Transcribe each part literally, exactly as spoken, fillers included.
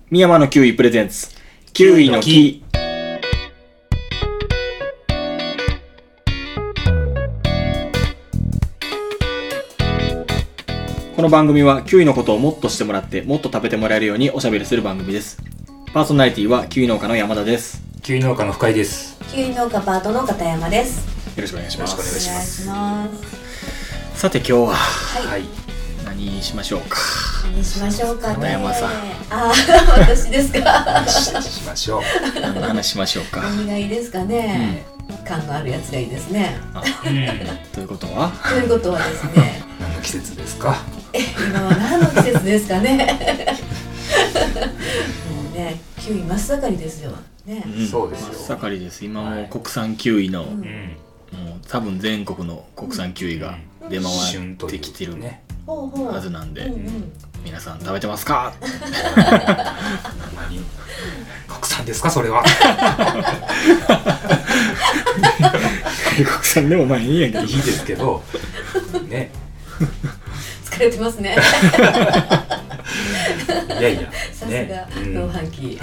深山のキウイプレゼンツキウイの木。この番組はキウイのことをもっとしてもらってもっと食べてもらえるようにおしゃべりする番組です。パーソナリティはキウイ農家の山田です。 キウイ農家の深井です。 キウイ農家パートの片山です。 よろしくお願いします。 よろしくお願いします。 お願いします。 さて今日は、 はいはい。 何しましょうか。 何しましょうかね。 片山さん。 あ、私ですか。 しましょう。 何の話しましょうか。 何がいいですかね。感があるやつがいいですね。 あ、 うん。 ということはということはですね。 何の季節ですか。 え、今は何の季節ですかね。もうね、キウイ真っ盛りですよ。ね。 うん、 そうですよ。 真っ盛りです。今もう国産キウイの、 はい、 うん。 もう多分全国の国産キウイが出回ってきてるね。 ほうほうはずなんで、 うんうん、 皆さん食べてますか。 何国産ですかそれは。 国産でもまあいいんやけど。 いいですけどね。 疲れてますね。 いやいや。 さすが農飯器。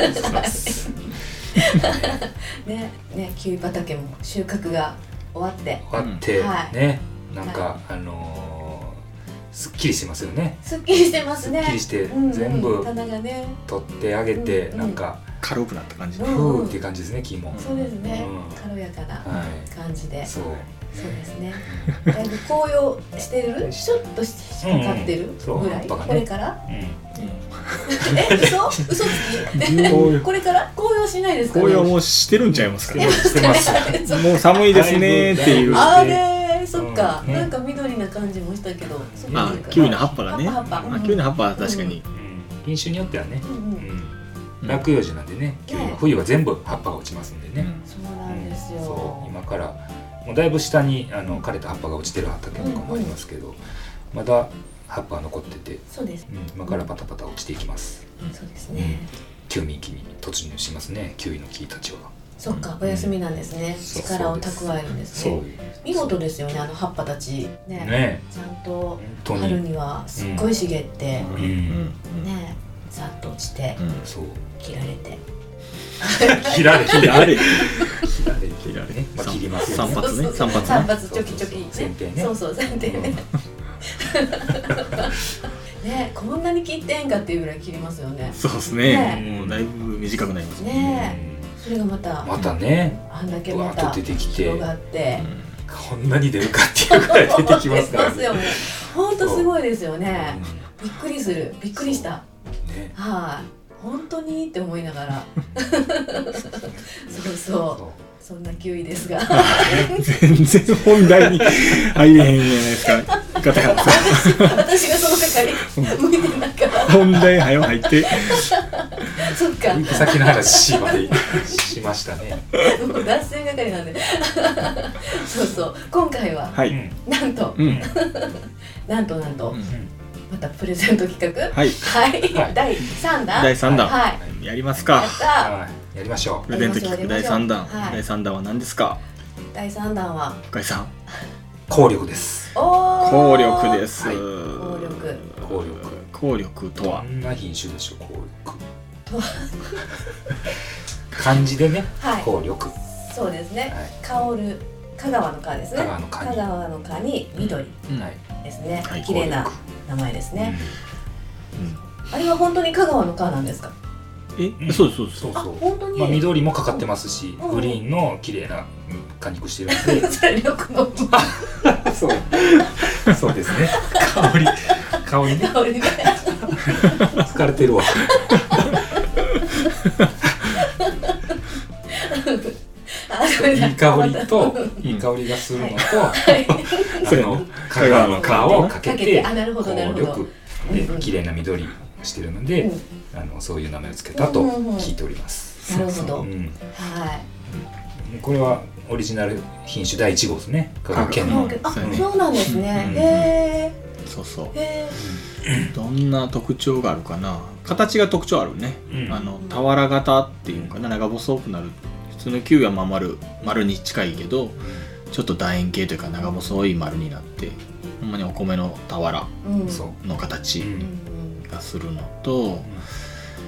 ね、ね、キウイ畑も収穫が終わって終わって、 うん、 ね、なんか、はい、あのー、すっきりしてますよね。 すっきりしてますね。 すっきりして、 うんうん、 全部棚がね取ってあげて、 うんうん、 なんか軽くなった感じ。 ふーっていう感じですね、木も。 そうですね、 うん、 軽やかな感じで、はい、そうそうですね。だいぶ紅葉してる、ちょっとしかかってるぐらい、うんうんね、これから、うんうん、え、嘘嘘つきこれから紅葉しないですかね。 紅葉もうしてるんちゃいますかね。 してますもう寒いですねっていう。 あれ、そっか、 うんね、 なんか緑な感じもしたけど、 あ、キウイの葉っぱがね、 葉っぱ葉っぱ、 あ、キウイの葉っぱは確かに、 うん、品種によってはね、 うんうん、落葉樹なんでね、キウイは冬は全部葉っぱが落ちますんでね、 うん、そうなんですよ、 うん、そう今からもうだいぶ下にあの枯れた葉っぱが落ちてる畑とかもありますけど、うんうん、まだ葉っぱが残ってて、 そうです、 うん、今からパタパタ落ちていきます、 うん、そうですね、 うん、休眠期に突入しますね、キウイの木たちは。 そっか、お休みなんですね、うん、力を蓄えるんですね。見事ですよね、あの葉っぱたち ね, ねちゃんと春にはすっごい茂って、うん、ね、ざっと落ちて、うん、そう切られて切られ切られ切られ切られね、まあ、切りますよね。 散髪ね、散髪ね、 散髪チョキチョキね、 剪定ね、 そうそう剪定ね。ね、こんなに切ってんかっていうぐらい切りますよね。 そうですね。ね、もうだいぶ短くなりますね。 ね、それがまたまたね、 あんだけまた出てきて広がって、 うん、こんなに出るかっていうぐらい出てきますからね。 本当すごいですよね。びっくりする、びっくりした。ね、はい、本当にって思いながら。そうそう。そんなキウイですが全然本題に入れへんじゃないですか。片山さん私がその係向いてなから本題早入ってそっか、 行く先の話までしましたね。 もう脱線係なんでそうそう、今回は、はい、なんと、うん、なんとなんと、うん、またプレゼント企画、はい、はい、だいさんだんだいさんだん、 はい、 やりますか。 やったー、 やりましょう。 プレゼント企画だいさんだん、はい、だいさんだんは何ですか。 だいさんだんは深井さん、 効力です。 お効力です、 はい、効力効力効力とはどんな品種でしょう。効力とは漢字でね、はい、効力、 そうですね、はい、香る香川の香ですね。香川の香に、香川の香に緑ですね、はい、綺麗な名前ですね、うんうん、あれは本当に香川の香なんですか。 え、うん、そうですそうです。 あ、本当に、 まあ、緑もかかってますし、うん、グリーンの綺麗な果肉してるのでそれ緑のそうそうですね。香り香りね、 香りね疲れてるわいい香りといい香りがするのと、はい、あの香川の皮をかけて効力で綺麗な緑してるので、うん、あのそういう名前をつけたと聞いております。 なるほど、うん、はい、 これはオリジナル品種だいいち号ですね、香川県の。 あ、そうなんですね、うん、へー、そうそう、へー、どんな特徴があるかな。形が特徴あるね、うん、あの俵型っていうかな、長細くなる。普通のキウイはまあ丸、丸に近いけど、うん、ちょっと楕円形というか長細い丸になって、ほんまにお米の俵の形がするのと、あ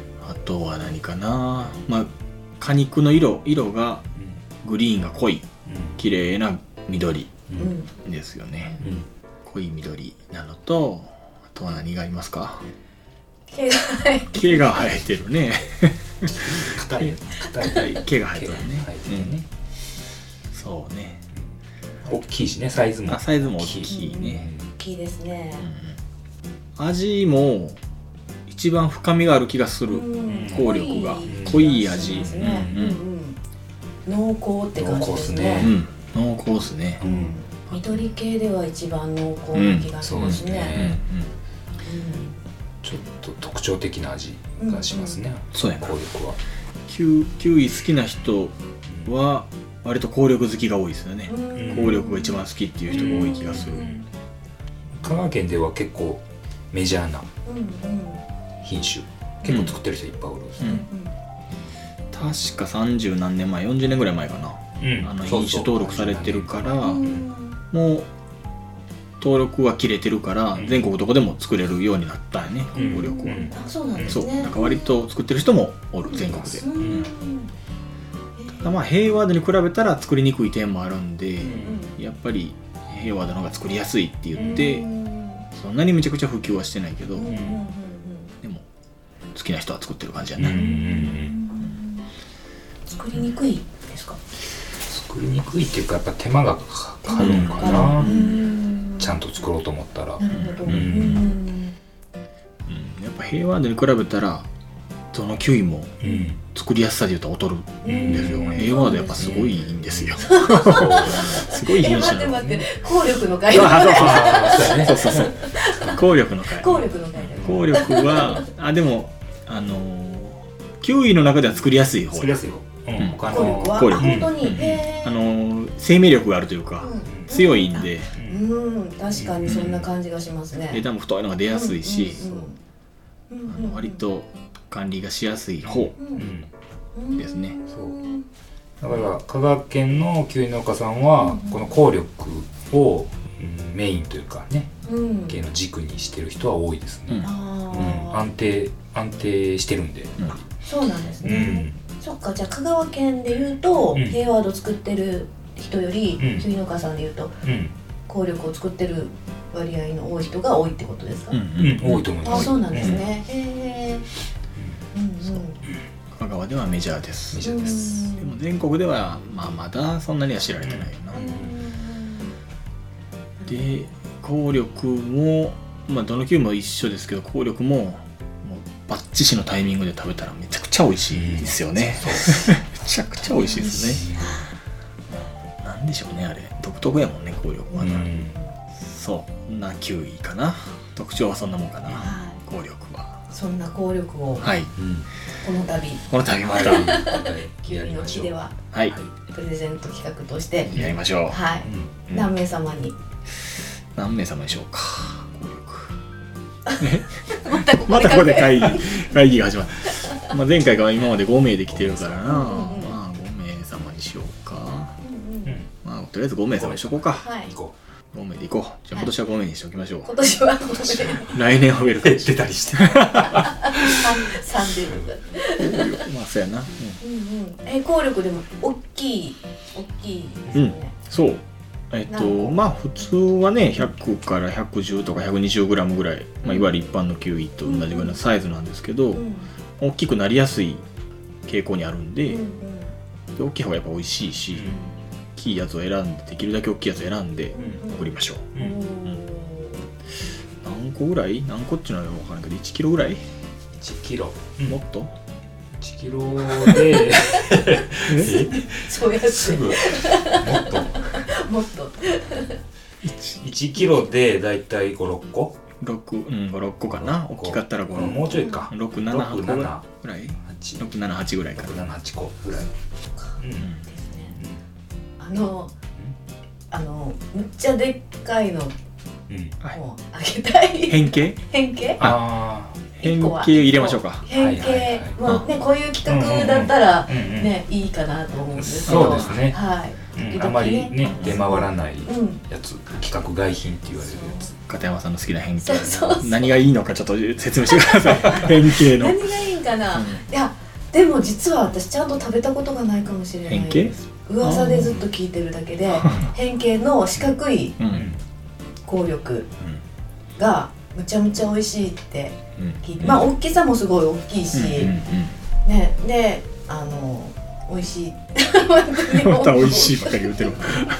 とは何かな、まあ果肉の色色がグリーンが濃い、綺麗な緑ですよね、うんうん、濃い緑なのと、あとは何がありますか？ 毛が生えてる毛が生えてるね硬い硬い毛が生えてるね、 ね、 うん、そうね、 大きいしね、サイズもあサイズも大きいね、 うん、大きいですね、 うん、味も一番深みがある気がする、うん、香力が濃い味、 ですね、うんうん、濃厚って感じですね、 うん、濃厚ですね、うん、 緑系では一番濃厚な気がしますね、うんうんうん、 ちょっと特徴的な味がしますね、 うん、そうやな、 香力はキウ、キウイ好きな人は割と香力好きが多いですよね、うん、香力が一番好きっていう人が多い気がする、うん、 香川県では結構メジャーな品種、結構作ってる人いっぱいおるんですね、 うんうん、確かさんじゅうなんねんまえ、よんじゅうねんぐらい前かな、うん、あの品種登録されてるから、うん、もう登録は切れてるから、うん、全国どこでも作れるようになったんやね、香力は、うん、 あ、そうなんですね。 そう、なんか割と作ってる人もおる、全国で、うん、ただまあヘイワードに比べたら作りにくい点もあるんで、うん、やっぱりヘイワードの方が作りやすいって言って、うん、そんなにめちゃくちゃ普及はしてないけど、うん、でも好きな人は作ってる感じやな、うん、 作りにくいですか？ 作りにくいっていうか、やっぱ手間がかかるのかな、うん、ちゃんと作ろうと思ったら、なるほど、うんうん、 やっぱヘイワードに比べたらどのキウイも作りやすさでいうと劣るんですよ、うん、ヘイワードやっぱすごいんですよ、うん、すごい品種なの、 待って待って、効力の回そうそうそう、効力の回効力の回効力はあ、でもあのー、キウイの中では作りやすい方、 作りやすい方、うん、 他の効力、本当に、へー、あのー、生命力があるというか、うん、強いんで、 うん、確かにそんな感じがしますね。 枝も太いのが出やすいし、うんうんうん、あの割と管理がしやすい方ですね、うん、 そうだから香川県のキウイ農家さんはこの効力をメインというかね、うん、系の軸にしてる人は多いですね、うんうん、安定安定してるんで、うん、 そうなんですね、うん、そっか、じゃあ香川県でいうと、うん、ヘイワード作ってる人より、うん、キウイ農家さんでいうと、うん、効力を作ってる割合の多い人が多いってことですか？ うんうん、多いと思います。 あ、そうなんですね、うん、へー、 うんうん、香川ではメジャーです。 メジャーです。 でも全国では、まあ、まだそんなには知られてないよな、うん、で効力も、まあ、どのキウイも一緒ですけど、効力も、もうバッチシのタイミングで食べたらめちゃくちゃ美味しいですよね、うん、めちゃくちゃ美味しいですね。なんでしょうね、あれ独特やもんね、効力はね、うん、そんなキウイかな、特徴はそんなもんかな、効力は。 そんな効力を、 はい、 この度この度またキウイの木では、 はい、 プレゼント企画としてやりましょう。 はい、うん、何名様に何名様でしょうか、効力またここでまたここで会議会議が始まった、まあ、前回から今までご名で来てるからな、うんうん、まあご名様にしようか、うんうん、まあとりあえずご名様にしとこうか、はい、行こう、ご名でいこう。じゃあ今年はご名にしておきましょう。 今年はご名。 来年はウェルカム出たりして。三で。 まあそうやな。 うんうんうん。え、効力でも大きい大きいですよね。うん、 そう。えっとまあ普通はねひゃくからひゃくじゅうとかひゃくにじゅうグラムぐらい、まあいわゆる一般のキウイと同じぐらいのサイズなんですけど、うんうん、大きくなりやすい傾向にあるんで、うんうん、で大きい方がやっぱ美味しいし。うん、大きいやつを選んで、できるだけ大きいやつを選んで送りましょう、うんうん、何個ぐらい、何個っていうのは分からないけどいちキロぐらい、いちキロ、 もっといちキロでそうやすぐもっともっといちキロでだいたいご、ろっころく、うん、ご、ろっこかな、大きかったらご、 もうちょいかろく、ななはちぐらいろく、なな、はちぐらいかな、 ろく、なな、はちこぐらい、うんあの、あのむっちゃでっかいのをあげたい、 うん、変形変形あ変形入れましょうか。 変形もうね、こういう企画だったらね、うん、いいかなと思うんですけど、 そうですね、 はい、 うん、あまりね出回らないやつ、うん、規格外品って言われるやつ。 片山さんの好きな変形、そうそうそう、何がいいのかちょっと説明してください変形の何がいいんかな、うん、いやでも実は私ちゃんと食べたことがないかもしれないです。噂でずっと聞いてるだけで変形の四角い効力がむちゃむちゃ美味しいって聞いて、うん、まあ大きさもすごい大きいし、うんうんうん、ね、であの美味しいまた美味しいばっかり言ってる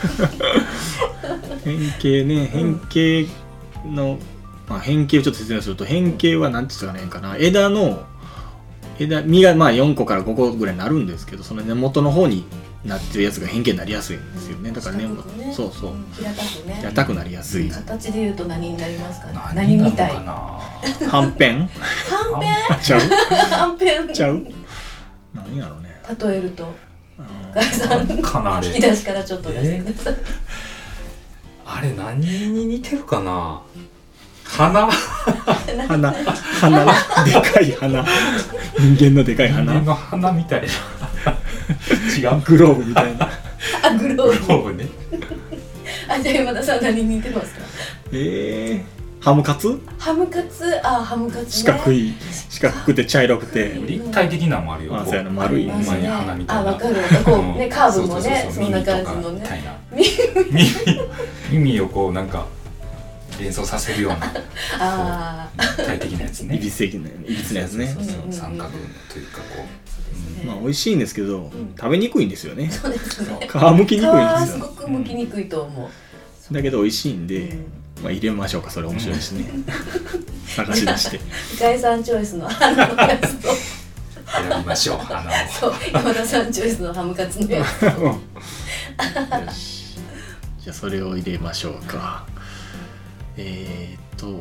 変形ね、変形の、まあ、変形をちょっと説明すると、変形は何て言ったらいいかな、枝の枝実がまあよんこからごこぐらいになるんですけど、その根元の方になってるやつが変形になりやすいんですよね。だからね、ね、そうそう、うん、 平たくね、 平たくなりやすい。 形で言うと何になりますかね。 何みたい。 はんぺん？ はんぺん？ ちゃう？ はんぺん？ ちゃう？何やろうね。 例えると、ガイさんかな、あれ。 引き出しからちょっと出してください。 あれ何に似てるかな。花花花でかい花、人間のでかい花、 人間の花みたいな違う、グローブみたいなあ、グローブ、 グローブねあ、じゃあ山田さん何に似てますか。 えー、ハムカツ、 ハムカツ、あ、ハムカツ、ね、 四角い、四角くて茶色くて立体的なのもあるよ。 あ、そうやな、丸い、 ね、花みたいな。 あ、わかる、こうね、カーブもね、そんな感じのね、 耳耳をこうなんか連想させるようなあ立体的なやつね。 いびつ的な、いびつなやつね。 そうそうそう、三角というかこう、 うん、まあ美味しいんですけど、うん、食べにくいんですよね。 そうですね。 皮むきにくいんですよ。 皮すごくむきにくいと思う。 うん、だけど美味しいんで、うん、まあ入れましょうか。それ面白いしね。探し出して。 ガイさんチョイスの花のやつと選びましょう。花を。 そう、山田さんチョイスのハムカツのやつと。よし。じゃあそれを入れましょうか。えーっと、うん、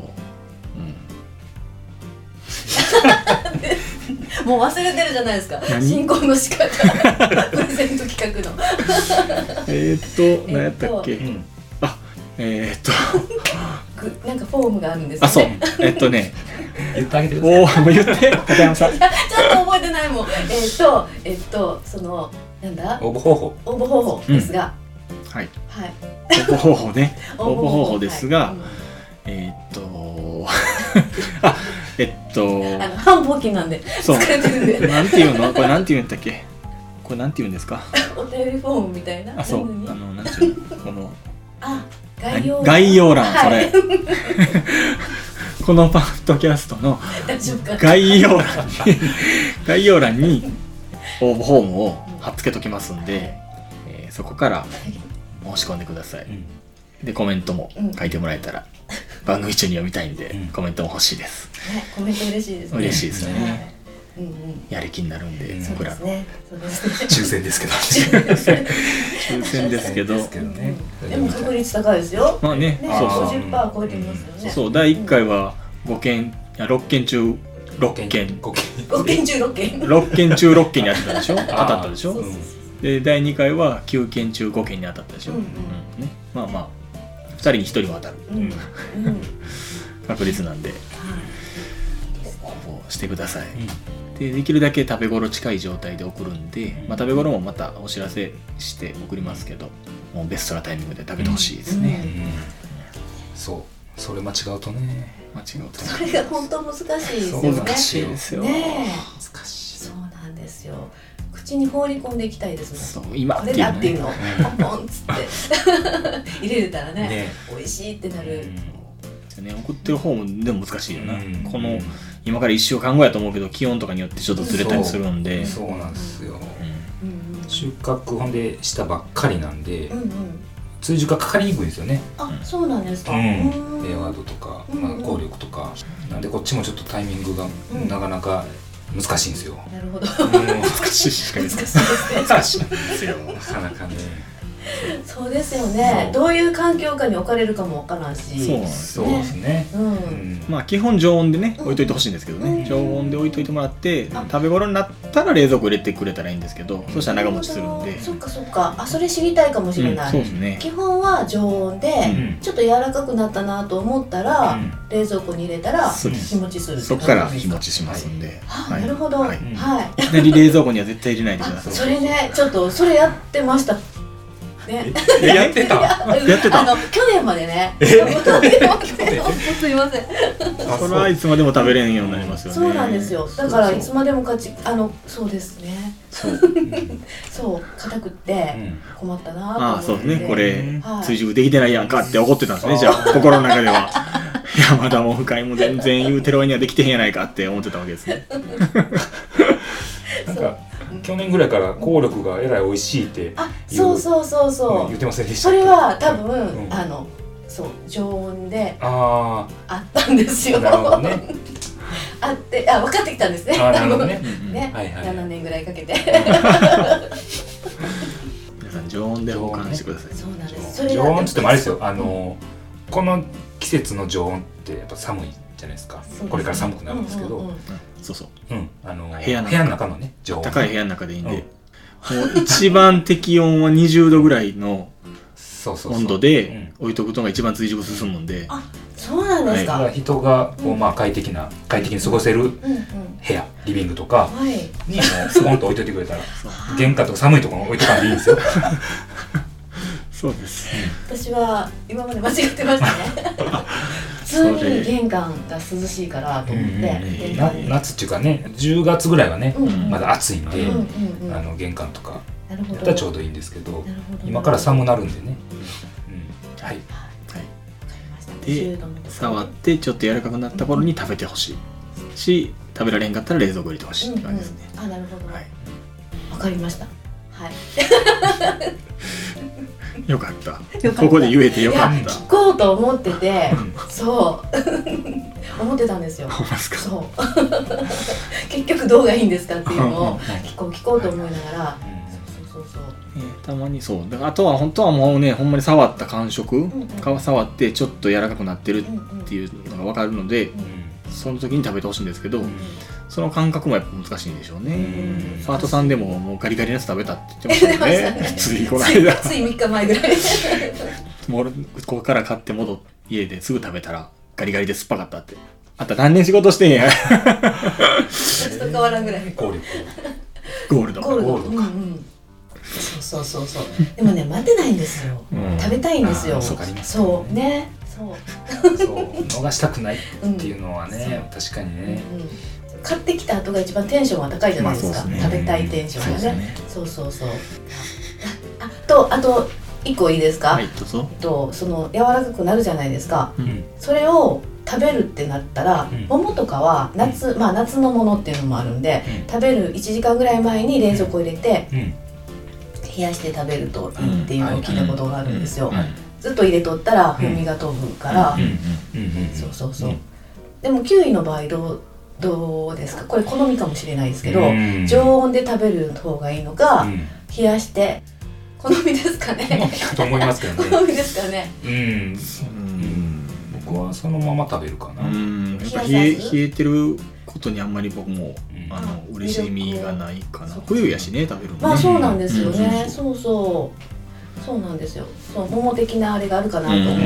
もう忘れてるじゃないですか。進行の仕方プレゼント企画のえーっと、何やったっけ、うん、あ、えーっとなんかフォームがあるんですよね。 あ、そう、えーっとね言ってあげてください。 おー、もう言って片山さん。 ちょっと覚えてないもん。えーっと、えーっと、そのなんだ応募方法応募方法ですが、 うん、はいはい、 応募方法ね応募方法ですが、はい、うん、えー、っとあ、えっとあの繁忙期なんでそう疲れてるんでなんていうのこれなんていうんだっけこれなんていうんですかお便りフォームみたいな。 あ、そう、あのなんていうのこのあ、概要欄概要欄、それ、はい、このパッドキャストの概要欄に概要欄に応募フォームを貼っつけときますんで、えー、そこから申し込んでください。でコメントも書いてもらえたら、うん、番組中に読みたいんで、うん、コメントも欲しいです。 ね、コメント嬉しいですね。 嬉しいですよね。はい、 うんうん、 やる気になるんで、うん、 僕らの、ね、 抽選ですけど抽選ですけど、 ね、でも確率高いですよ。 まあね、 ね、そうそう、ごじゅっパーセント 超えてますよね。 そう、だいいっかいはごけん、いやろっけん中ろっけん、 ごけん中ろっけん、 ろっけん中ろっけんに当たったでしょ。当たったでしょ。でだいにかいはきゅうけん中ごけんに当たったでしょ。うんうん、ね、まあまあふたりにひとりは当たる、うんうん、確率なんで、応募してください。うん、でできるだけ食べ頃近い状態で送るんで、まあ、食べ頃もまたお知らせして送りますけど、もうベストなタイミングで食べてほしいですね。うんうんうん、 そうそれ間違うとね、 間違うとそれが本当難しいですよね。 難しいですよ、 ね、 難しい。 そうなんですよ。口に放り込んでいきたいですもん。 そう、今これだっていうのをポンポンっつって入れれたらね、ね、美味しいってなる。 うん、ね、送ってる方もでも難しいよな。うん、この今からいっしゅうかんごやと思うけど、気温とかによってちょっとずれたりするんで。 そう、そうなんですよ。うん、収穫ほんでしたばっかりなんで、うんうん、追熟がかかりにくいんですよね。 あ、そうなんですか。うん、 エアワードとか、まあ、効力とか、うんうん、なんでこっちもちょっとタイミングがなかなか難しいんですよ。 なるほど。 難しいしか難しいですね。難しいですよ。 なかなかね。 そうですよね。どういう環境下に置かれるかもわからんし。 そうそうですね。 うん。 まあ基本常温でね置いといてほしいんですけどね。常温で置いといてもらって食べ頃になったら冷蔵庫入れてくれたらいいんですけど、そしたら長持ちするんで。 そっかそっか。あ、それ知りたいかもしれない。 そうですね。 基本は常温でちょっと柔らかくなったなと思ったら冷蔵庫に入れたら日持ちする。 そっから日持ちしますんで。 あ、なるほど。はい。 いきなり冷蔵庫には絶対入れないでください。 それね、ちょっとそれやってました。 ね、 やってたやってたあの去年までねえすいませんそれはいつまでも食べれんようになりますよね。 そうなんですよ。だからいつまでもかちあのそうですね。 そうそう硬くって困ったなと思って。 ああそうですね。これ、 はい、 追熟できてないやんかって怒ってたんですね。じゃあ心の中では。いやまだもう深いも全然言うてる割にはできてへんやないかって思ってたわけですね。 なんか去年ぐらいから効力がえらい美味しいってあそうそうそうそう、 うん、言ってませんでしたそれは多分、 うん、 あのそう常温でああったんですよ。 なるほどね。 あってあ分かってきたんですね。 あなるほどね。 ね、 はいはい、 ななねんぐらいかけて。 皆さん常温で保管してください。 そうなんです。 それ常温っつってもあれですよ。あのこの季節の常温ってやっぱ寒いじゃないですか。すね、これから寒くなるんですけど、うんうんうん、 そうそう。 うん、あの部屋の中、 部屋の中のね常温。 高い部屋の中でいいんで、うん、もう一番適温はにじゅうどぐらいの温度で置いとくのが一番追熟進むんで。 あ、そうなんですか。 はい、人がこうまあ快適な快適に過ごせる部屋、リビングとかにもうスポンと置いといてくれたら、玄関とか寒いところに置いとかんでいいんですよ。 そうです。 私は今まで間違ってましたね。普通に玄関が涼しいからと思って、 な夏っていうかね、じゅうがつぐらいはね、まだ暑いんで、あの玄関とかやったらちょうどいいんですけど、今から寒くなるんでね。はい。 で触ってちょっと柔らかくなった頃に食べてほしいし、食べられへんかったら冷蔵庫入れてほしいって感じですね。 あ、なるほど。はい。わかりました。はい。 よかった。ここで言えてよかった。 聞こうと思ってて、そう思ってたんですよ。そう。結局どうがいいんですかっていうのを聞こう聞こうと思いながら、そうそうそうそう。 たまにそう。だからあとは本当はもうね、ほんまに触った感触、皮触ってちょっと柔らかくなってるっていうのが分かるので、その時に食べてほしいんですけど、その感覚もやっぱ難しいんでしょうね。ファートさんでももうガリガリのやつ食べたって言ってましたね。ついこの間。 ついみっかまえぐらい。 もうここから買って戻って家ですぐ食べたらガリガリで酸っぱかったって。あんた何年仕事してんや。 私と変わらんぐらい。 ゴールド。ゴールド。 ゴールド。うんうん。そうそうそうそう。でもね、待てないんですよ。食べたいんですよ。そうね。そうそう逃したくないっていうのはね、うん、確かにね、うん、 買ってきた後が一番テンションは高いじゃないですか、まあ、そうですね、食べたいテンションがね、そうそうそう。あとあと一個いいですか、 はい、どうぞ。 とその柔らかくなるじゃないですか、うん、それを食べるってなったら、うん、桃とかは夏、うん、まあ夏のものっていうのもあるんで、うん、食べるいちじかんぐらい前に冷蔵庫入れて、うん、冷やして食べるといいっていうのを聞いたことがあるんですよ。ずっと入れとったら風味が飛ぶから、そうそうそう。でもキウイの場合どうどうですか？これ好みかもしれないですけど、常温で食べる方がいいのか、冷やして好みですかね？ 好みだと思いますけどね。 好みですかね？ うん。僕はそのまま食べるかな。 うん。やっぱ冷え冷えてることにあんまり僕もあの嬉しみがないかな。冬やしね食べるのね。 まあそうなんですよね。そうそう。そうなんですよ。そう桃的なあれがあるかなと思って、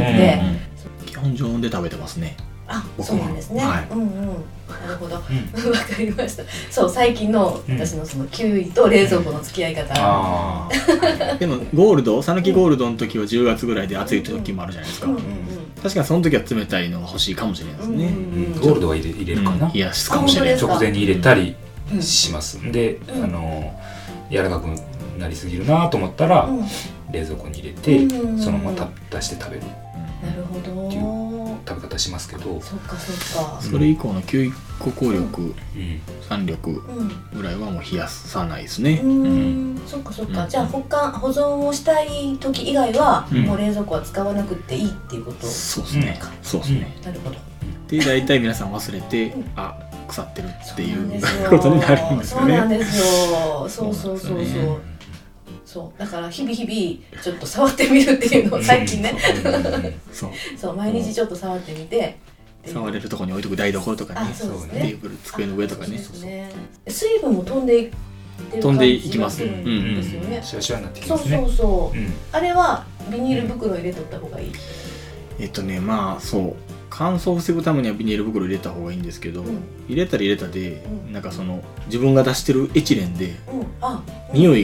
基本常温で食べてますね。 あ、そうなんですね。はい、うんうん。なるほど。わ、うん、かりました。そう最近の私のそのキウイと冷蔵庫の付き合い方。あでもゴールド、さぬきゴールドの時はじゅうがつぐらいで暑い時もあるじゃないですか。確かにその時は冷たいのが欲しいかもしれないですね。 ゴールドは入れ入れるかな。 冷やすかもしれない。 直前に入れたりします。で、あの柔らかくなりすぎるなと思ったら。冷蔵庫に入れて、うん、そのまま出して食べるっていう食べ方しますけど、 そっかそっか。 それ以降のキウイコ効力、うん、酸力ぐらいはもう冷やさないですね。 うんうん、そっかそっか。じゃあ保管保存をしたい時以外は、うん、もう冷蔵庫は使わなくていいっていうこと、うん、 そうですね。そうですね。 なるほど。 で大体皆さん忘れて、うん、あ腐ってるっていうことになるんですよね。 そうなんですよ。そうそうそうそう。そうだから日々日々ちょっと触ってみるっていうのを最近ね、そうそう毎日ちょっと触ってみて、 触れるところに置いとく台所とかね、テーブル机の上とかね、 水分も飛んでいってる飛んでいきます。 うんですよね。 シワシワになってきますね。 そうそうそう。あれはビニール袋入れとった方がいい。 えっとねまあそう乾燥を防ぐためにはビニール袋入れた方がいいんですけど、入れたら入れたでなんかその自分が出してるエチレンで匂いが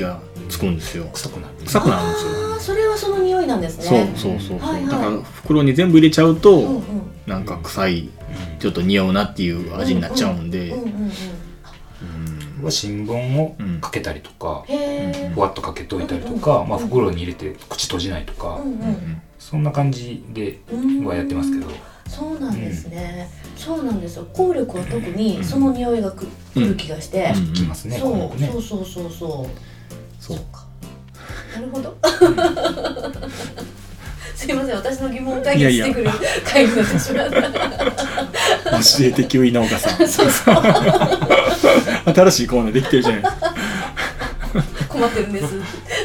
つくんですよ。 臭くなる臭くなるんですよ。 ああ、それはその匂いなんですね。そうそうそうそう、はいはい、だから袋に全部入れちゃうと、うんうん、なんか臭い、うん、ちょっと匂うなっていう味になっちゃうんで、 新聞をかけたりとか、うん、ふわっとかけといたりとか、うんまあ、袋に入れて口閉じないとか、うんうん、そんな感じではやってますけど、 そうなんですね、うん、そうなんですよ。効力は特にその匂いがく、うん、くる気がして、 うん、きますね。 そう、 ね、 そうそうそうそうそうか、なるほど、うん、すいません、私の疑問を解決してくる回になってしまった教えてキウイ農家さんそうそう新しいコーナーできてるじゃないですか困ってるんです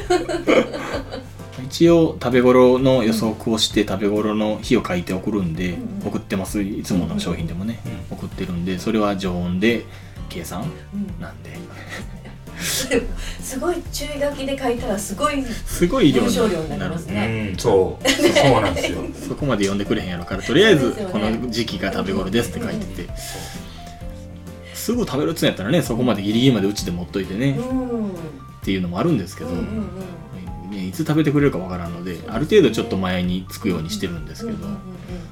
一応食べ頃の予測をして食べ頃の日を書いて送るんで、うん、送ってます。いつもの商品でもね、うん、送ってるんで、それは常温で計算なんで、うんすごい注意書きで書いたらすごいすごい量になりますね。 うん、そうそうなんですよそこまで読んでくれへんやろからとりあえずこの時期が食べ頃ですって書いてて、すぐ食べるっつうんやったらね、そこまでギリギリまでうちで持っといてね、うん、っていうのもあるんですけど、うんうんうんね、いつ食べてくれるかわからんので、ある程度ちょっと前につくようにしてるんですけど、うんうんうん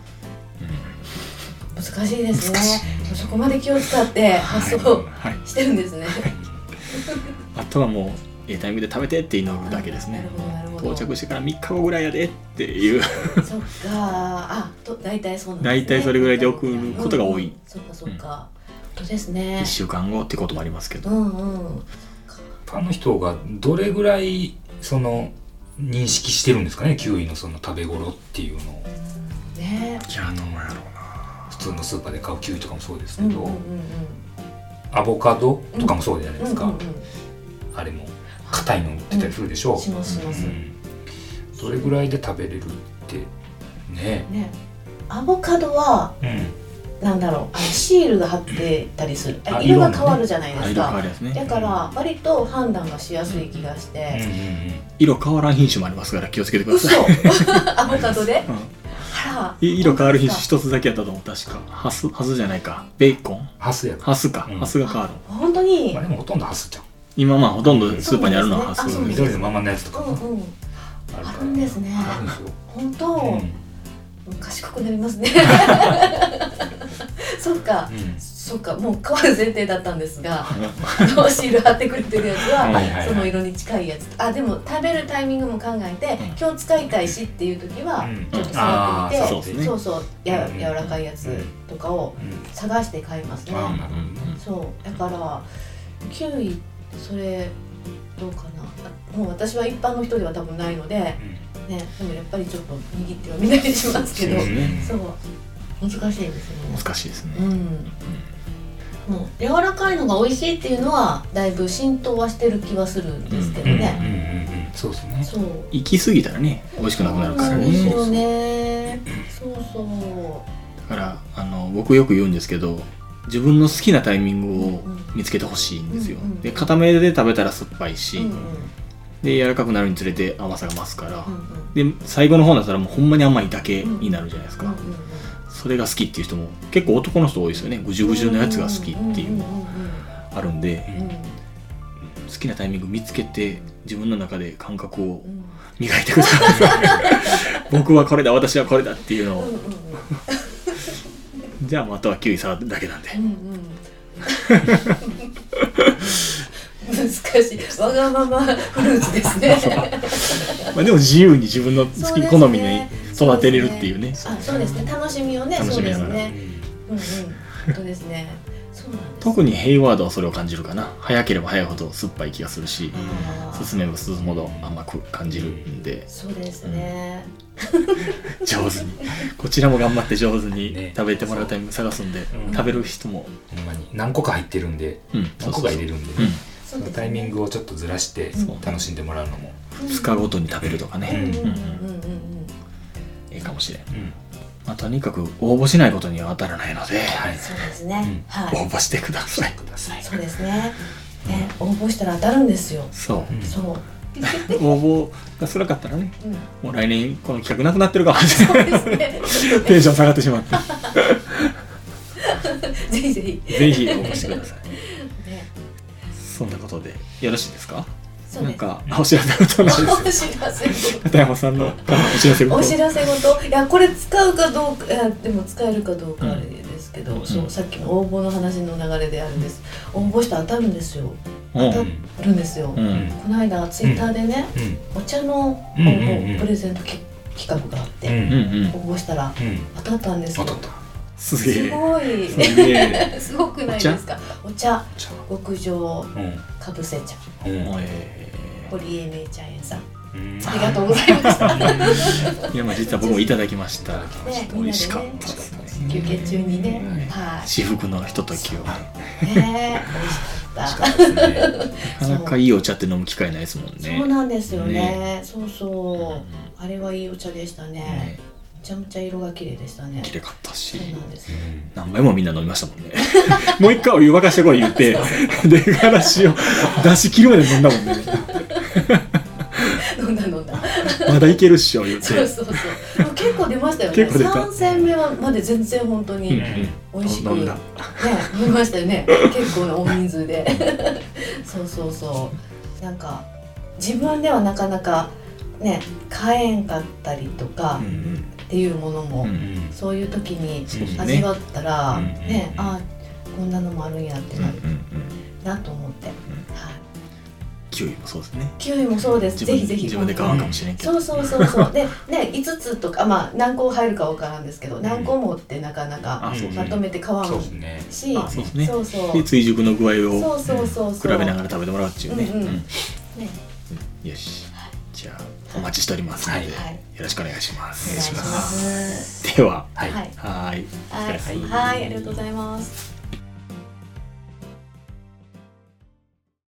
うん、難しいですね。そこまで気を使って発想してるんですね、はいはい、 あとはもうええタイミングで食べてって祈るだけですね。到着してからみっかごぐらいやでっていうそっか、あ、と大体そうなんですね。 大体それぐらいで送ることが多い、うん、 そっかそっか、うん、そうですね。 いっしゅうかんごってこともありますけど、 うんうん、 ファンの人がどれぐらいその認識してるんですかね、キウイのその食べ頃っていうのを、 うん、ね、 いやどうやろうな。 普通のスーパーで買うキウイとかもそうですけど、うんうんうんうん、アボカドとかもそうじゃないですか、うんうんうん、あれも硬いの売ってたりするでしょう、うん、 しますします、うん、 それぐらいで食べれるってね。 ね、アボカドは、うん、なんだろう、あのシールが貼ってたりする、あ、色が変わるじゃないですか、ね、だから割と判断がしやすい気がして、うんうんうん、 色変わらん品種もありますから気をつけてくださいアボカドで、うん、 色変わる品種一つだけやったと思う。確かハス、ハスじゃないか、ベーコン、 ハスやハスか、うん、ハスが変わる。 本当に、 まあ、でもほとんどハスじゃん今。まあほとんどスーパーにあるのはハス、 ね、緑のままのやつとか、うんうん、 あるんですね。あるんですよ。本当、うん、賢くなりますねそっか、うん、そっか、もう変わる前提だったんですがシール貼ってくれてるやつは、はいはいはい、その色に近いやつ。あ、でも食べるタイミングも考えて、うん、今日使いたいしっていう時は、うん、ちょっと触ってみて、うん、そう、そうそう、や柔らかいやつとかを探して買いますね、うん、そうだからキウイそれどうかな。もう私は一般の人では多分ないので、うんね、でもやっぱりちょっと握ってはみたりしますけど、そう難しいですね。 難しいですね、 うんうん、もう柔らかいのが美味しいっていうのはだいぶ浸透はしてる気はするんですけどね、うんうんうんうん、 そうですね。 そう行き過ぎたらね美味しくなくなるからね。 そうですよね。そうそう。 だからあの僕よく言うんですけど、自分の好きなタイミングを見つけてほしいんですよ、うんうん、で固めで食べたら酸っぱいし、うんうん、で柔らかくなるにつれて甘さが増すから、うんうん、で最後の方だったらもうほんまに甘いだけになるじゃないですか、うんうんうん、それが好きっていう人も結構男の人多いですよね。ぐじゅぐじゅのやつが好きっていうのあるんで、うんうん、好きなタイミング見つけて自分の中で感覚を磨いてください僕はこれだ、私はこれだっていうのをじゃああとはキウイ触るだけなんで、うんうん、 難しいわがままフルーツですねまあでも自由に自分の好き、ね、好みに育てれるっていうね。 そうですね。あ、そうですね。楽しみをね。 楽しみながら。 うんうん。そうですね。そうなんです。 特にヘイワードはそれを感じるかな。早ければ早いほど酸っぱい気がするし、進めば進むほど甘く感じるんで。 そうですね、 うん、上手にこちらも頑張って上手に食べてもらうタイミング探すんで、ね、食べる人もほんまに何個か入ってるんで、うん、何個か入れるんで、ね、そのタイミングをちょっとずらして楽しんでもらうのもふつかごとに食べるとかね、いいかもしれん、うん、まあ、とにかく応募しないことには当たらないので、 はい、そうですね、うん、はい、 応募してください。 そうですね、ね、応募したら当たるんですよ。 そう、 うん、そう応募が少なかったらね、うん、もう来年この企画なくなってるかもしれない。そうですねテンション下がってしまってぜひぜひぜひ応募してください、ね、そんなことでよろしいですか？ なんかお知らせ事ないですお知らせ事片山さんのお知らせ事お知らせ事いやこれ使うかどうかいやでも使えるかどうかあれですけど、うん、そうさっきの応募の話の流れであるんです。応募して当たるんですよ。当たるんですよ、うん、この間ツイッターでね、うん、お茶の応募プレゼントき企画があって、うん、応募したら当たったんですよ。 すげえすごいすげえすごくないですか。お茶極上かぶせ茶、うん、堀江名茶園さん、うん、ありがとうございましたいやまあ実は僕もいただきました、ね、美味しかったですね。 休憩中にね、 はい、至福のひとときをね美味しかったですね。なかなかいいお茶って飲む機会ないですもんね。 そうなんですよね、ねそうそう、うん、あれはいいお茶でしたね、ねめちゃめちゃ色が綺麗でしたね。 綺麗かったし、 そうなんですね、 何杯もみんな飲みましたもんねもう一回お湯沸かしてこい言って出がらしを出し切るまで飲んだもんね飲んだ飲んだまだいけるっしょ言ってそうそうそうでも結構出ましたよね。結構出た。さん戦目はまで全然本当に美味しく、うんうん、飲んだ、ね、飲みましたよね結構な大人数でそうそうそうなんか自分ではなかなかね買えんかったりとか、うんうんっていうものも、うんうん、そういう時に味わったら、うんうん、ね、あこんなのもあるんやってなる、うんうん、なと思って、うんはい、 キウイもそうですね。 キウイもそうです。ぜひぜひ自分で買うかもしれんけど、 そうそうそうそうでねいつつとかまあ何個入るかわからんですけど、うん、何個もってなかなかまとめて買わんし、 そうそうね。そうそうで追熟の具合をそうそうそう比べながら食べてもらうっていうね。 うんうんうん、ねよし。じゃあお待ちしておりますので、はい、よろしくお願いします。 お願いします。 では、 はい、 はい、 はい、はい、ありがとうございます。